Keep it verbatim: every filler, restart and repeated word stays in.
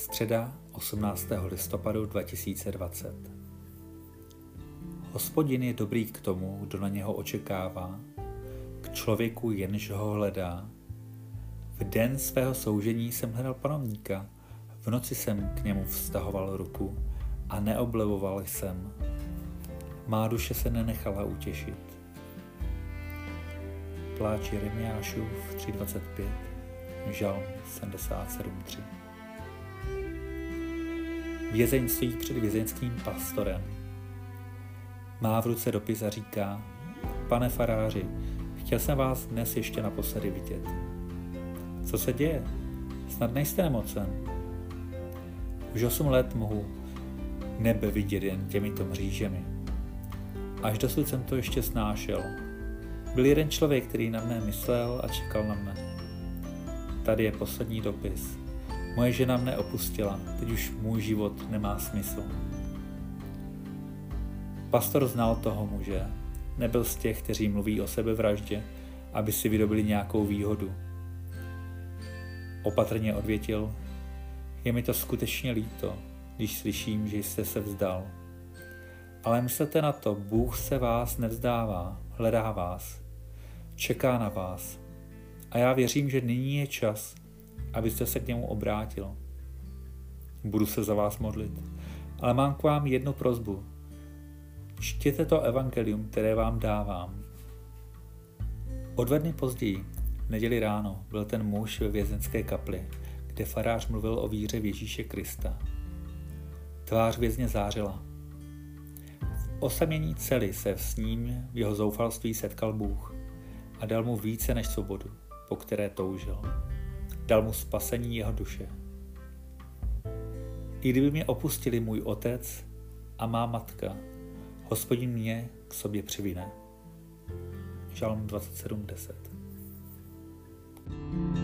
Středa osmnáctého listopadu dva tisíce dvacet. Hospodin je dobrý k tomu, kdo na něho očekává, k člověku jenž ho hledá. V den svého soužení jsem hledal panovníka, v noci jsem k němu vztahoval ruku a neoblevoval jsem. Má duše se nenechala utěšit. Pláč Jeremiášův tři dvacet pět, Žalm sedmdesát sedm tři. Vězeň stojí před vězeňským pastorem. Má v ruce dopis a říká: Pane faráři, chtěl jsem vás dnes ještě naposledy vidět. Co se děje? Snad nejste nemocen? Už osm let mohu nebe vidět jen těmito mřížemi. Až dosud jsem to ještě snášel. Byl jeden člověk, který na mne myslel a čekal na mne. Tady je poslední dopis. Moje žena mne opustila, teď už můj život nemá smysl. Pastor znal toho muže. Nebyl z těch, kteří mluví o sebevraždě, aby si vydobili nějakou výhodu. Opatrně odvětil: Je mi to skutečně líto, když slyším, že jste se vzdal. Ale myslete na to, Bůh se vás nevzdává, hledá vás, čeká na vás. A já věřím, že nyní je čas, abyste se k němu obrátil. Budu se za vás modlit, ale mám k vám jednu prosbu. Čtěte to evangelium, které vám dávám. O dva dny později, v neděli ráno, byl ten muž ve vězenské kapli, kde farář mluvil o víře v Ježíše Krista. Tvář vězně zářila. V osamění cely se s ním v jeho zoufalství setkal Bůh a dal mu více než svobodu, po které toužil. Dal mu spasení jeho duše. I kdyby mě opustili můj otec a má matka, Hospodin mě k sobě přivine. Žalm dvacet sedm deset.